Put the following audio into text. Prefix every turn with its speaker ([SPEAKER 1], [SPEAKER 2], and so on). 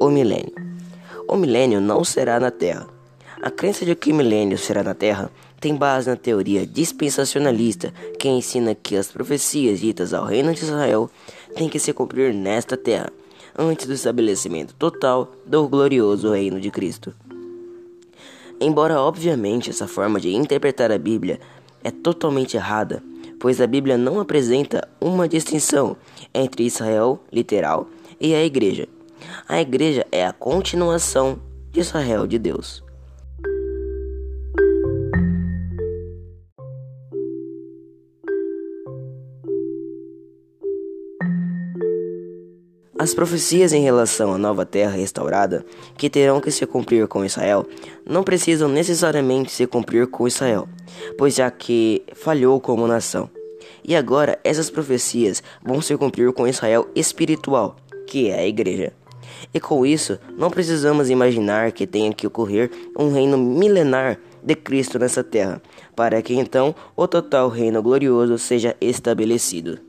[SPEAKER 1] O milênio. O milênio não será na Terra. A crença de que o milênio será na Terra tem base na teoria dispensacionalista, que ensina que as profecias ditas ao reino de Israel têm que se cumprir nesta Terra, antes do estabelecimento total do glorioso reino de Cristo. Embora obviamente essa forma de interpretar a Bíblia é totalmente errada, pois a Bíblia não apresenta uma distinção entre Israel literal e a Igreja. A Igreja é a continuação de Israel de Deus. As profecias em relação à nova terra restaurada, que terão que se cumprir com Israel, não precisam necessariamente se cumprir com Israel, pois já que falhou como nação. E agora essas profecias vão se cumprir com Israel espiritual, que é a Igreja. E com isso, não precisamos imaginar que tenha que ocorrer um reino milenar de Cristo nessa terra, para que então o total reino glorioso seja estabelecido.